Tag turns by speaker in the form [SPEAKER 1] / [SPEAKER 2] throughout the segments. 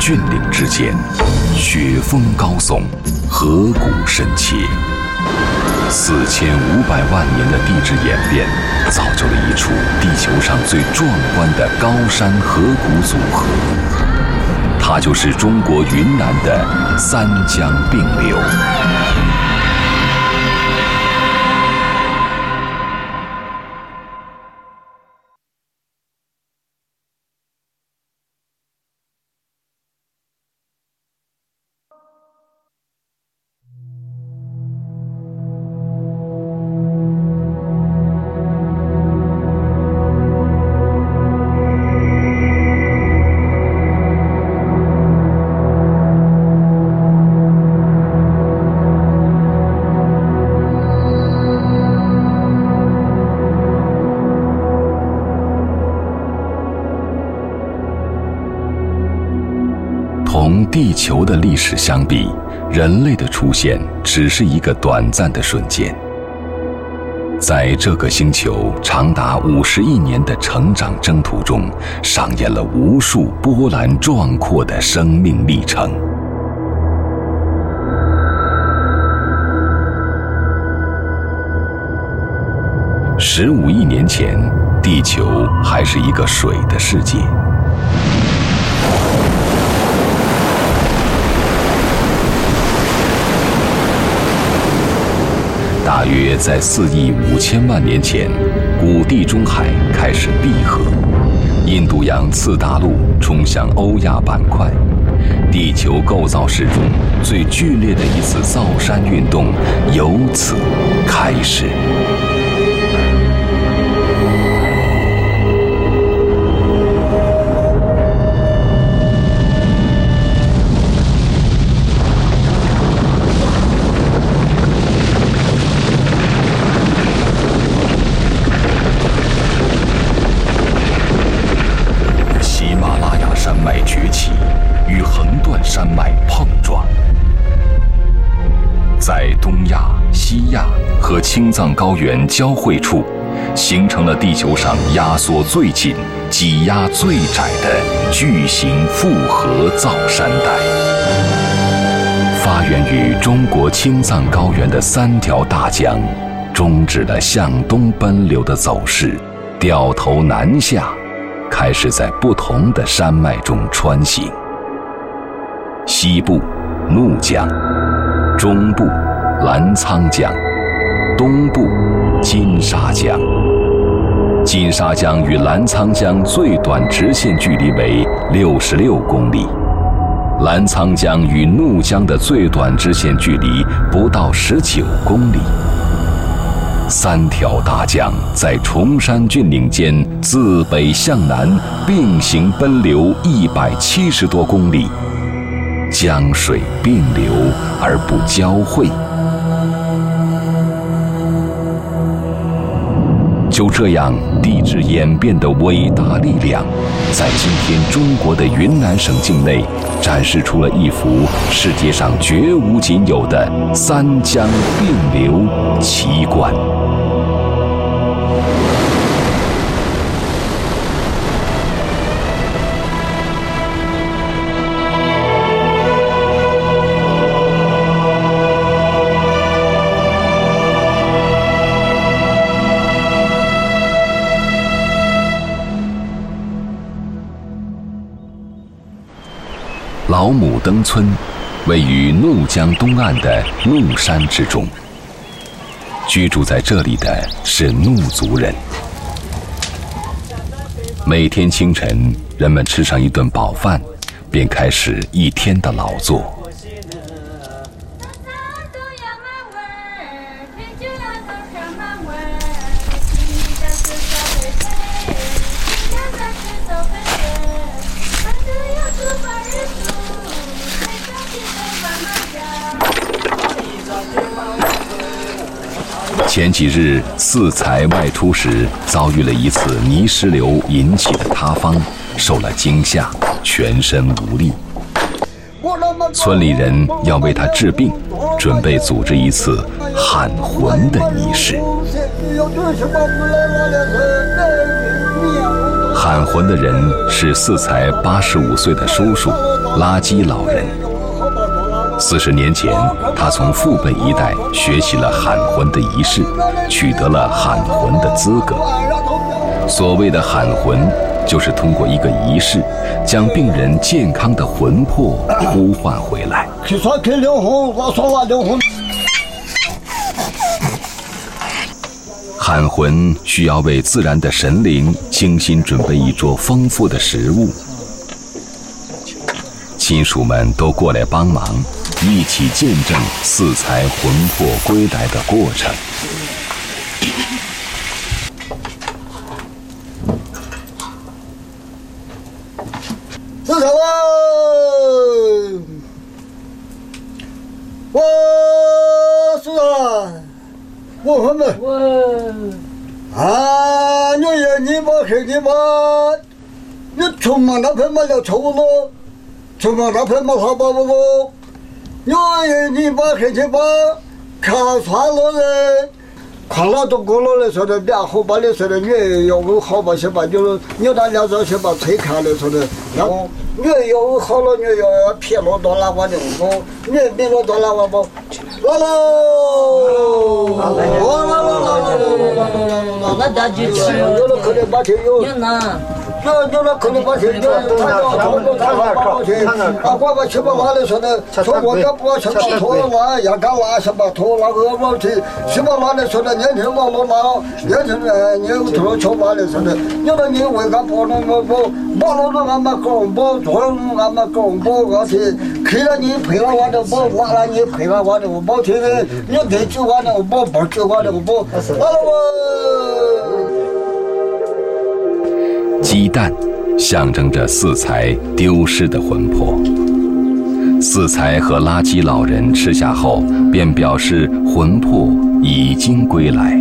[SPEAKER 1] 峻岭之间，雪峰高耸，河谷深切。4500万年的地质演变，造就了一处地球上最壮观的高山河谷组合。它就是中国云南的三江并流。同地球的历史相比，人类的出现只是一个短暂的瞬间。在这个星球长达50亿年的成长征途中，上演了无数波澜壮阔的生命历程。15亿年前，地球还是一个水的世界。大约在4亿5千万年前，古地中海开始闭合，印度洋次大陆冲向欧亚板块，地球构造史中最剧烈的一次造山运动由此开始。山脉碰撞，在东亚、西亚和青藏高原交汇处，形成了地球上压缩最紧、挤压最窄的巨型复合造山带。发源于中国青藏高原的3条大江，终止了向东奔流的走势，掉头南下，开始在不同的山脉中穿行。西部怒江，中部澜沧江，东部金沙江。金沙江与澜沧江最短直线距离为66公里，澜沧江与怒江的最短直线距离不到19公里。3条大江在崇山峻岭间自北向南并行奔流170多公里，江水并流而不交汇。就这样，地质演变的伟大力量，在今天中国的云南省境内，展示出了一幅世界上绝无仅有的三江并流奇观。老母登村位于怒江东岸的怒山之中，居住在这里的是怒族人。每天清晨，人们吃上一顿饱饭，便开始一天的劳作。前几日四才外出时，遭遇了一次泥石流引起的塌方，受了惊吓，全身无力。村里人要为他治病，准备组织一次喊魂的仪式。 喊魂的人是四才85岁的叔叔拉基老人。40年前，他从父辈一代学习了喊魂的仪式，取得了喊魂的资格。所谓的喊魂，就是通过一个仪式，将病人健康的魂魄呼唤回来。喊魂需要为自然的神灵精心准备一桌丰富的食物，亲属们都过来帮忙，一起见证四才魂魄归来的过程。
[SPEAKER 2] 四才我四才我魂们啊，你也你把黑你把，你充满那盆嘛了抽了，充满那盆嘛好把不了，你也你把黑你把，看穿了人。看了都过了的说的，别后把的说的，你要不好吧，先把就是你那两张先把推开的说的，然后你要好了，你要撇了多拉我的不，你别了多拉我不，来喽，
[SPEAKER 3] 那大就吃，
[SPEAKER 2] 有了可能把钱有，
[SPEAKER 3] 你拿。
[SPEAKER 2] 有了可能把钱有，我把钱把拿来说的，说我要不先把头拿，要干拿先把头拿个毛去，先把拿来说的，年轻老了拿，年轻人你有头球拿来说的，有了你为干不能不了俺们搞不，做了俺们搞不我去，开了你赔了我的不，完了你赔了我的不去的，你得救我的不救我的不，完了我。
[SPEAKER 1] 鸡蛋象征着四才丢失的魂魄。四才和拉基老人吃下后，便表示魂魄已经归来。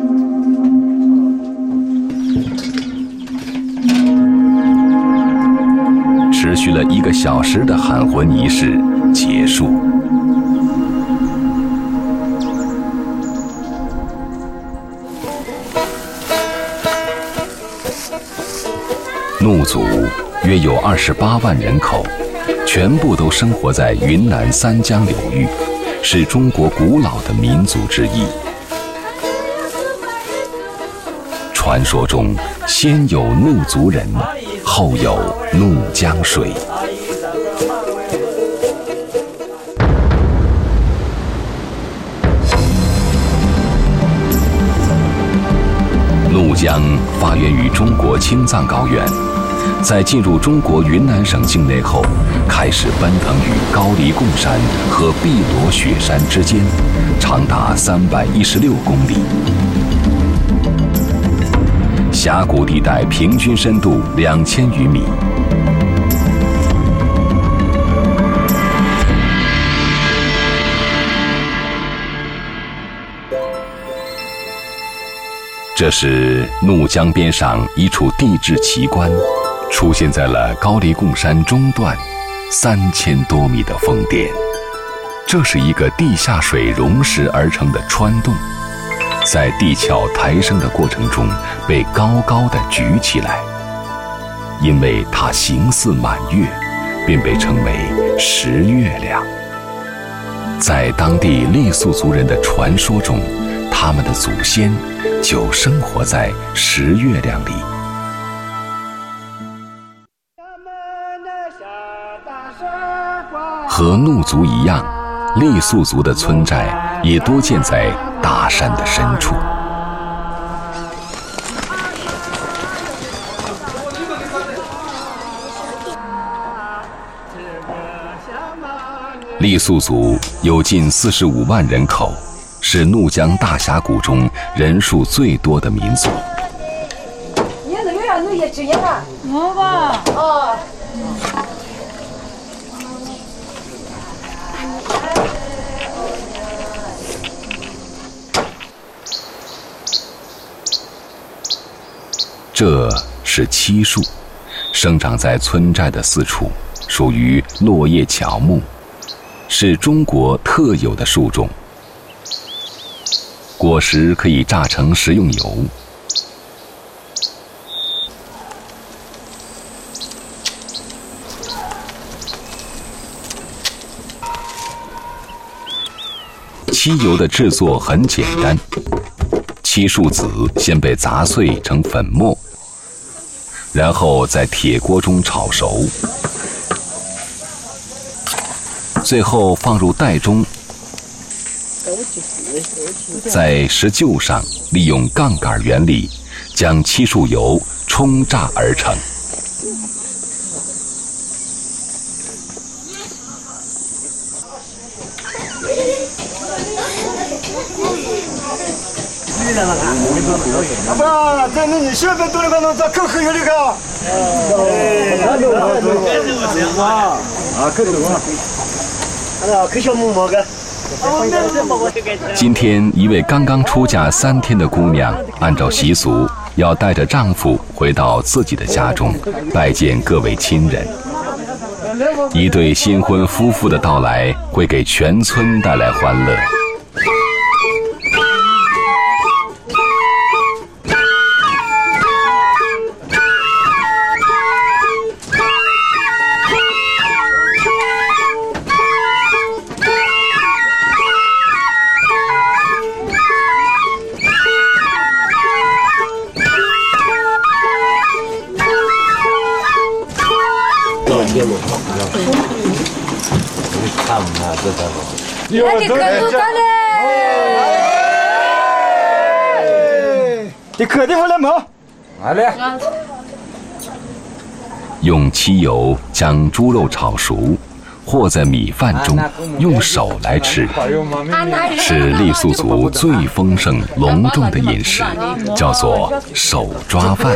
[SPEAKER 1] 持续了1个小时的喊魂仪式结束。怒族约有28万人口，全部都生活在云南三江流域，是中国古老的民族之一。传说中，先有怒族人，后有怒江水。怒江发源于中国青藏高原，在进入中国云南省境内后，开始奔腾于高黎贡山和碧螺雪山之间，长达316公里。峡谷地带平均深度2000余米。这是怒江边上一处地质奇观，出现在了高黎贡山中段3000多米的峰巅。这是一个地下水溶蚀而成的穿洞，在地壳抬升的过程中被高高的举起来，因为它形似满月，便被称为石月亮。在当地傈僳族人的传说中，他们的祖先就生活在石月亮里。和怒族一样，傈僳族的村寨也多建在大山的深处。傈僳族有近45万人口，是怒江大峡谷中人数最多的民族。这是漆树，生长在村寨的四处，属于落叶乔木，是中国特有的树种。果实可以榨成食用油。 漆油的制作很简单，漆树籽先被砸碎成粉末，然后在铁锅中炒熟，最后放入袋中，在石臼上利用杠杆原理，将漆树油冲榨而成。
[SPEAKER 2] 爸，这你现在都那个弄这可黑的个。
[SPEAKER 1] 今天，一位刚刚出嫁3天的姑娘，按照习俗要带着丈夫回到自己的家中，拜见各位亲人。一对新婚夫妇的到来，会给全村带来欢乐。
[SPEAKER 2] 你可地方来吗？
[SPEAKER 3] 来嘞！
[SPEAKER 1] 用漆油将猪肉炒熟，和在米饭中，用手来吃，是傈僳族最丰盛隆重的饮食，叫做手抓饭。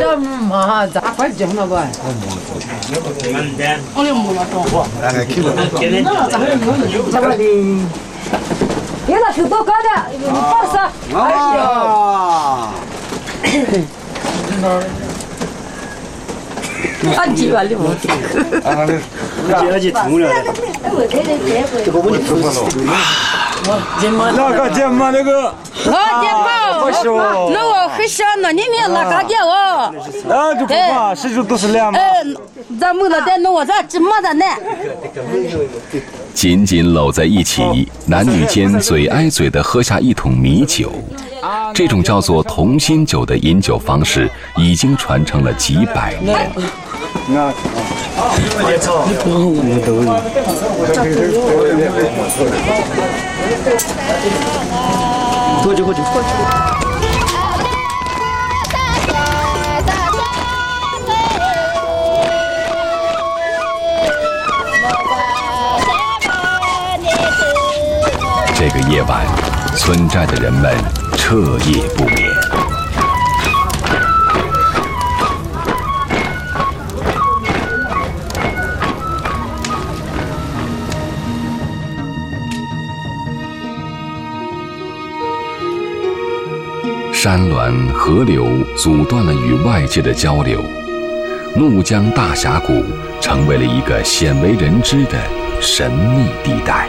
[SPEAKER 2] 那个芥末那个，
[SPEAKER 4] 那我很想那里面那个的哦，
[SPEAKER 2] 那就不怕，始终都是凉嘛。
[SPEAKER 4] 咱们那在弄我这芝麻的呢。
[SPEAKER 1] 紧紧搂在一起，男女间嘴挨嘴地喝下一桶米酒。这种叫做同心酒的饮酒方式，已经传承了几百年。
[SPEAKER 2] 过去。
[SPEAKER 1] 这个夜晚，村寨的人们彻夜不眠。山峦河流阻断了与外界的交流，怒江大峡谷成为了一个鲜为人知的神秘地带。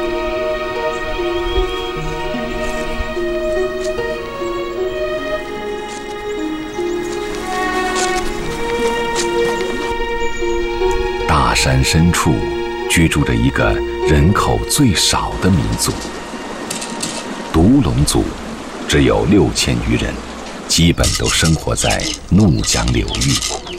[SPEAKER 1] 大山深处居住着一个人口最少的民族——独龙族，只有6000余人，基本都生活在怒江流域。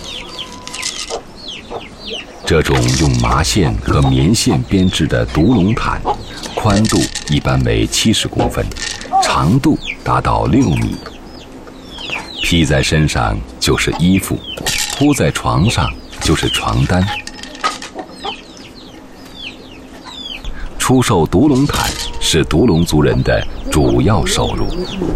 [SPEAKER 1] 这种用麻线和棉线编织的独龙毯，宽度一般为70公分，长度达到6米。披在身上就是衣服，铺在床上就是床单。出售独龙毯是独龙族人的主要收入。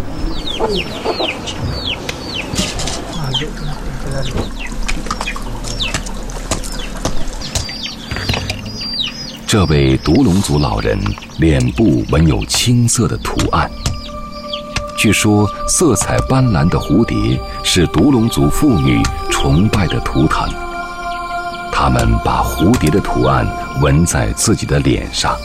[SPEAKER 1] 这位独龙族老人脸部纹有青色的图案，据说色彩斑斓的蝴蝶是独龙族妇女崇拜的图腾，他们把蝴蝶的图案纹在自己的脸上。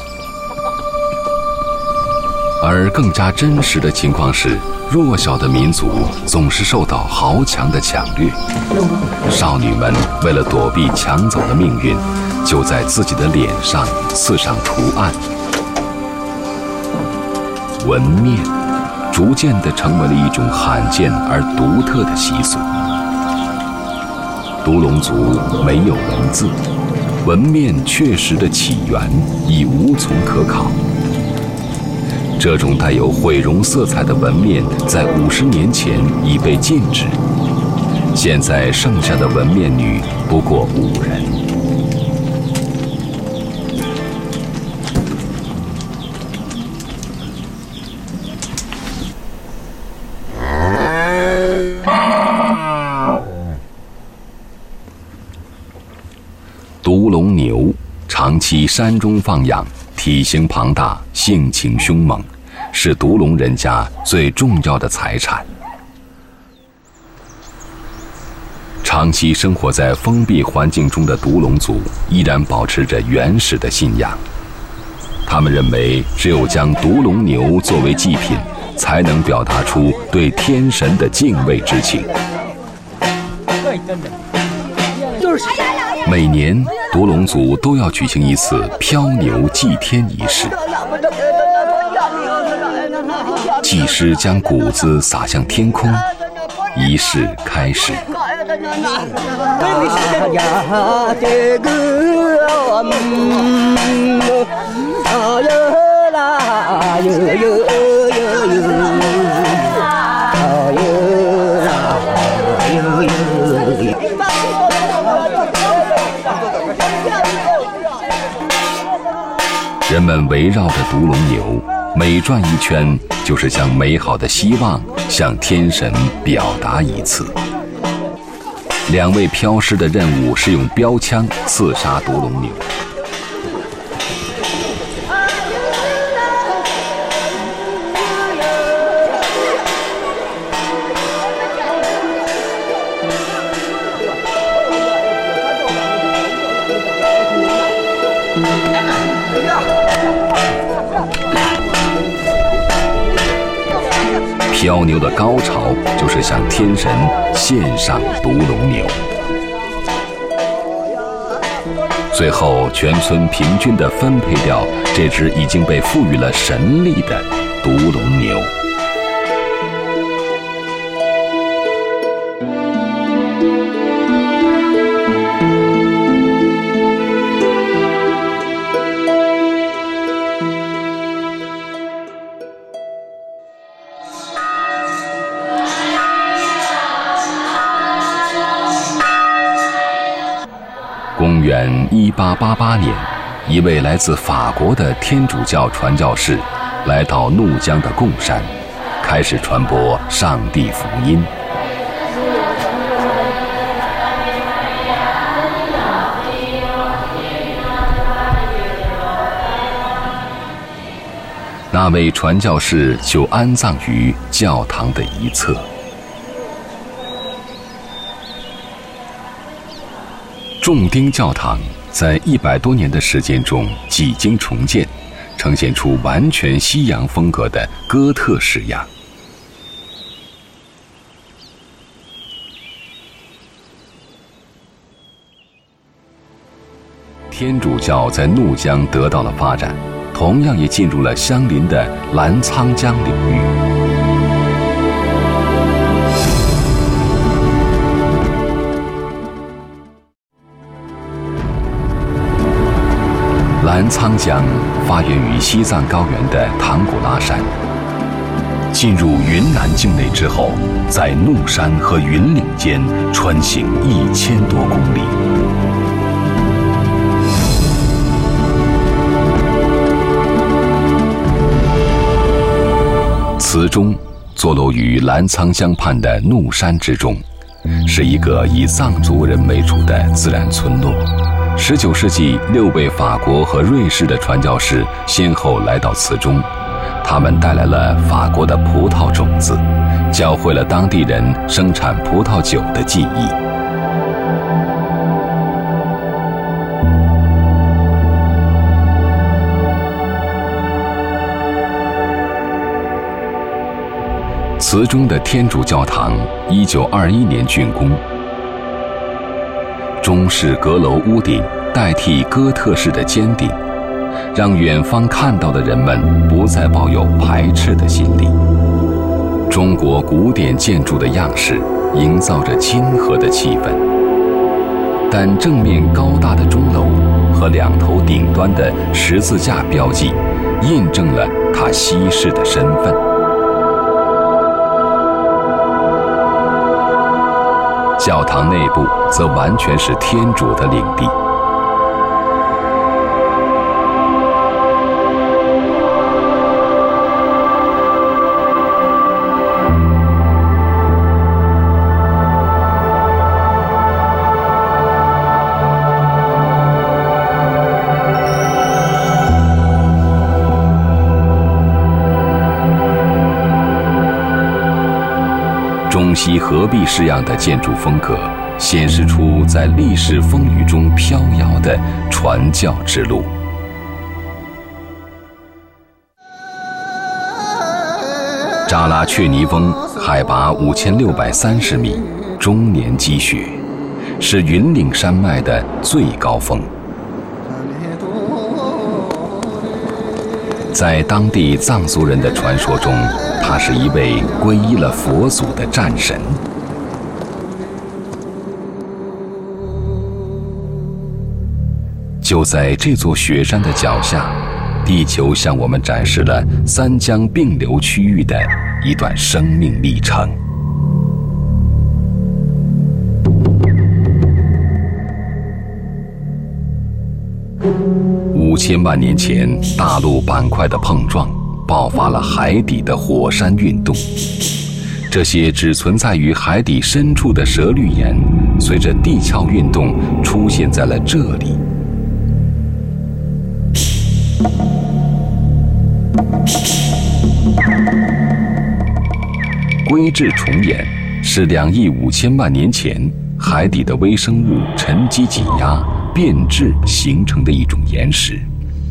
[SPEAKER 1] 而更加真实的情况是，弱小的民族总是受到豪强的抢掠，少女们为了躲避抢走的命运，就在自己的脸上刺上图案。 纹面，逐渐地成为了一种罕见而独特的习俗。独龙族没有文字，纹面确实的起源已无从可考。这种带有毁容色彩的纹面在50年前已被禁止，现在剩下的纹面女不过5人。独龙牛长期山中放养，体型庞大，性情凶猛，是独龙人家最重要的财产。长期生活在封闭环境中的独龙族依然保持着原始的信仰。他们认为，只有将独龙牛作为祭品，才能表达出对天神的敬畏之情。每年，独龙族都要举行一次漂牛祭天仪式。祭师将谷子撒向天空，仪式开始。人们围绕着独龙牛，每转一圈就是将美好的希望向天神表达一次。2位飘师的任务是用标枪刺杀独龙牛。漂牛的高潮就是向天神献上独龙牛，最后全村平均地分配掉这只已经被赋予了神力的独龙牛。公元1888年，一位来自法国的天主教传教士来到怒江的贡山，开始传播上帝福音。那位传教士就安葬于教堂的一侧。重丁教堂在100多年的时间中几经重建，呈现出完全西洋风格的哥特式样。天主教在怒江得到了发展，同样也进入了相邻的澜沧江领域。澜沧江发源于西藏高原的唐古拉山，进入云南境内之后，在怒山和云岭间穿行1000多公里。祠中坐落于澜沧江畔的怒山之中，是一个以藏族人为主的自然村落。19世纪，6位法国和瑞士的传教士先后来到祠中，他们带来了法国的葡萄种子，教会了当地人生产葡萄酒的技艺。祠中的天主教堂1921年竣工，中式阁楼屋顶代替哥特式的尖顶， 让远方看到的人们不再抱有排斥的心理。中国古典建筑的样式营造着亲和的气氛，但正面高大的钟楼和两头顶端的十字架标记，印证了它西式的身份。教堂内部则完全是天主的领地。中西合璧式样的建筑风格，显示出在历史风雨中飘摇的传教之路。扎拉确尼峰海拔5630米，终年积雪，是云岭山脉的最高峰。在当地藏族人的传说中，他是一位皈依了佛祖的战神。就在这座雪山的脚下，地球向我们展示了三江并流区域的一段生命历程。5000万年前，大陆板块的碰撞爆发了海底的火山运动。这些只存在于海底深处的蛇绿岩，随着地壳运动出现在了这里。龟质重岩是2亿5千万年前海底的微生物沉积挤压变质形成的一种岩石。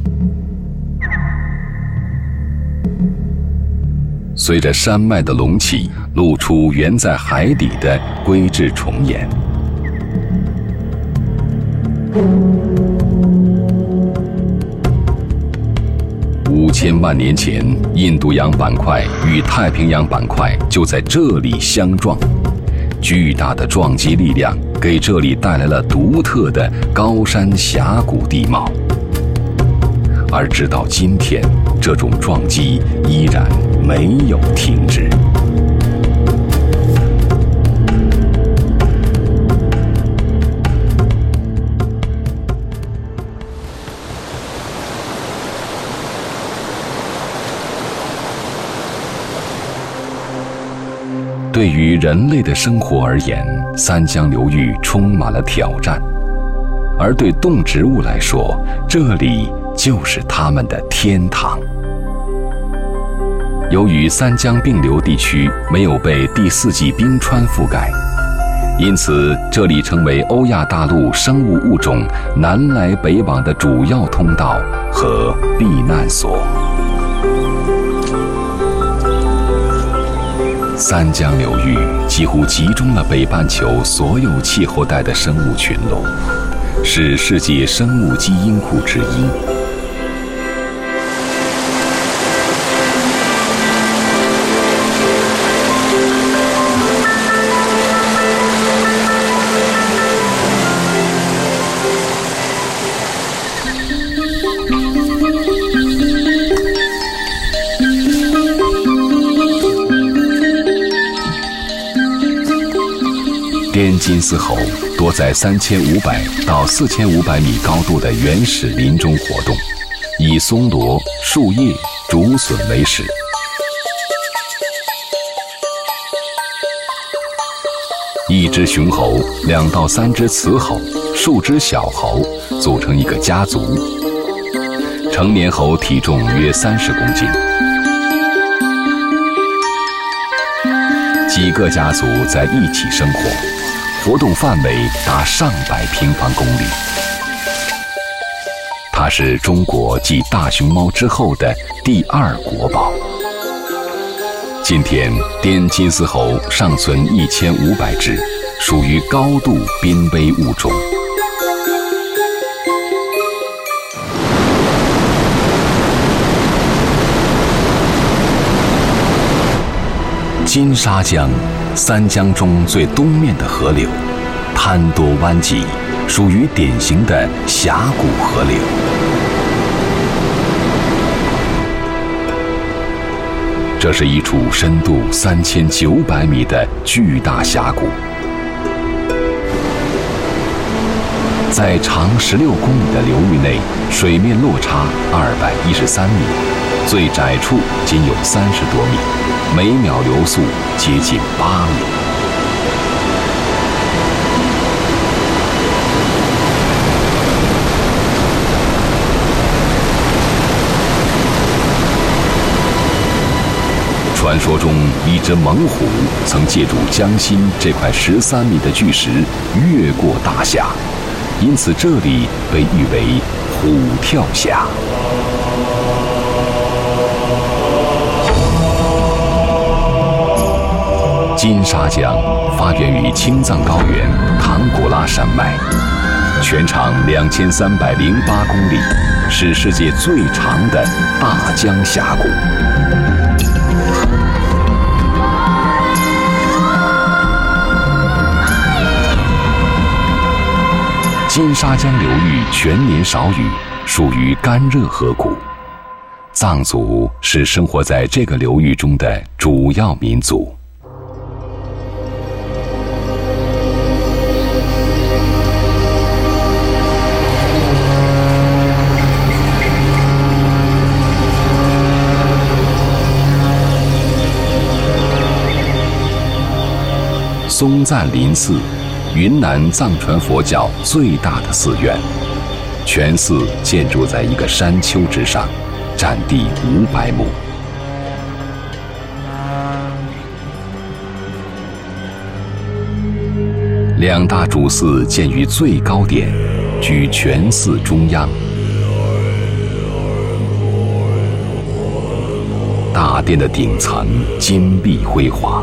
[SPEAKER 1] 随着山脉的隆起，露出原在海底的龟质重岩。5000万年前，印度洋板块与太平洋板块就在这里相撞，巨大的撞击力量给这里带来了独特的高山峡谷地貌。而直到今天，这种撞击依然没有停止。对于人类的生活而言，三江流域充满了挑战，而对动植物来说，这里就是它们的天堂。由于三江并流地区没有被第4纪冰川覆盖，因此这里成为欧亚大陆生物物种南来北往的主要通道和避难所。三江流域几乎集中了北半球所有气候带的生物群落，是世界生物基因库之一。滇金丝猴多在3500到4500米高度的原始林中活动，以松萝、树叶、竹笋为食。一只雄猴、2到3只雌猴、数只小猴组成一个家族，成年猴体重约30公斤。几个家族在一起生活，活动范围达上百平方公里。它是中国继大熊猫之后的第2国宝。今天，滇金丝猴尚存1500只，属于高度濒危物种。 金沙江，三江中最东面的河流，滩多湾急，属于典型的峡谷河流。这是一处深度3900米的巨大峡谷，在长16公里的流域内，水面落差213米，最窄处仅有30多米，每秒流速接近8米。传说中，一只猛虎曾借助江心这块13米的巨石越过大峡，因此这里被誉为虎跳峡。金沙江发源于青藏高原唐古拉山脉，全长2308公里，是世界最长的大江峡谷。金沙江流域全年少雨，属于干热河谷。藏族是生活在这个流域中的主要民族。松赞林寺，云南藏传佛教最大的寺院，全寺建筑在一个山丘之上，占地500亩。两大主寺建于最高点，居全寺中央。大殿的顶层金碧辉煌。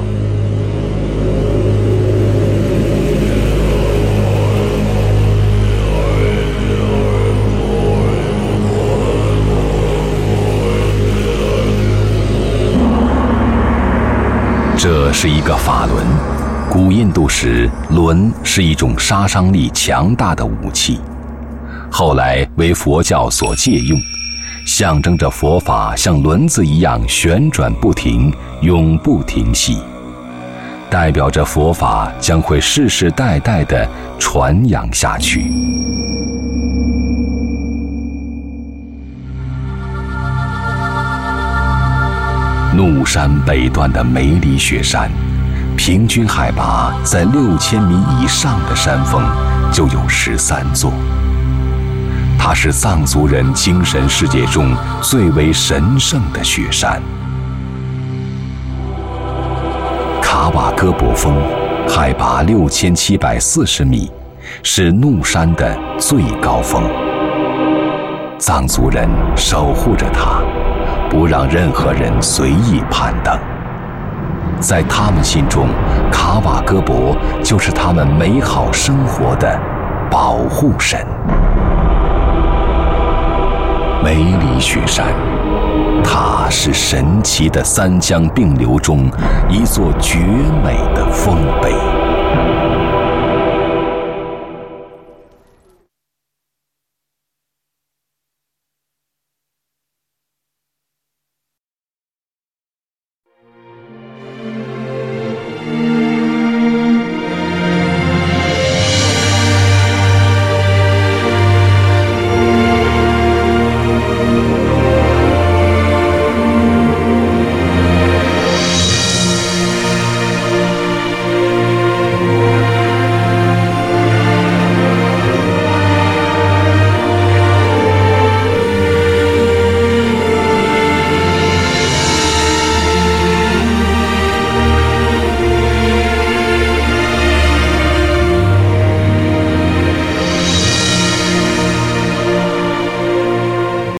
[SPEAKER 1] 这是一个法轮。古印度时，轮是一种杀伤力强大的武器，后来为佛教所借用，象征着佛法像轮子一样旋转不停，永不停息，代表着佛法将会世世代代地传扬下去。怒山北端的梅里雪山，平均海拔在6000米以上的山峰就有13座。它是藏族人精神世界中最为神圣的雪山。卡瓦戈博峰海拔6740米，是怒山的最高峰。藏族人守护着它，不让任何人随意攀登。在他们心中，卡瓦戈博就是他们美好生活的保护神。梅里雪山，它是神奇的三江并流中一座绝美的丰碑。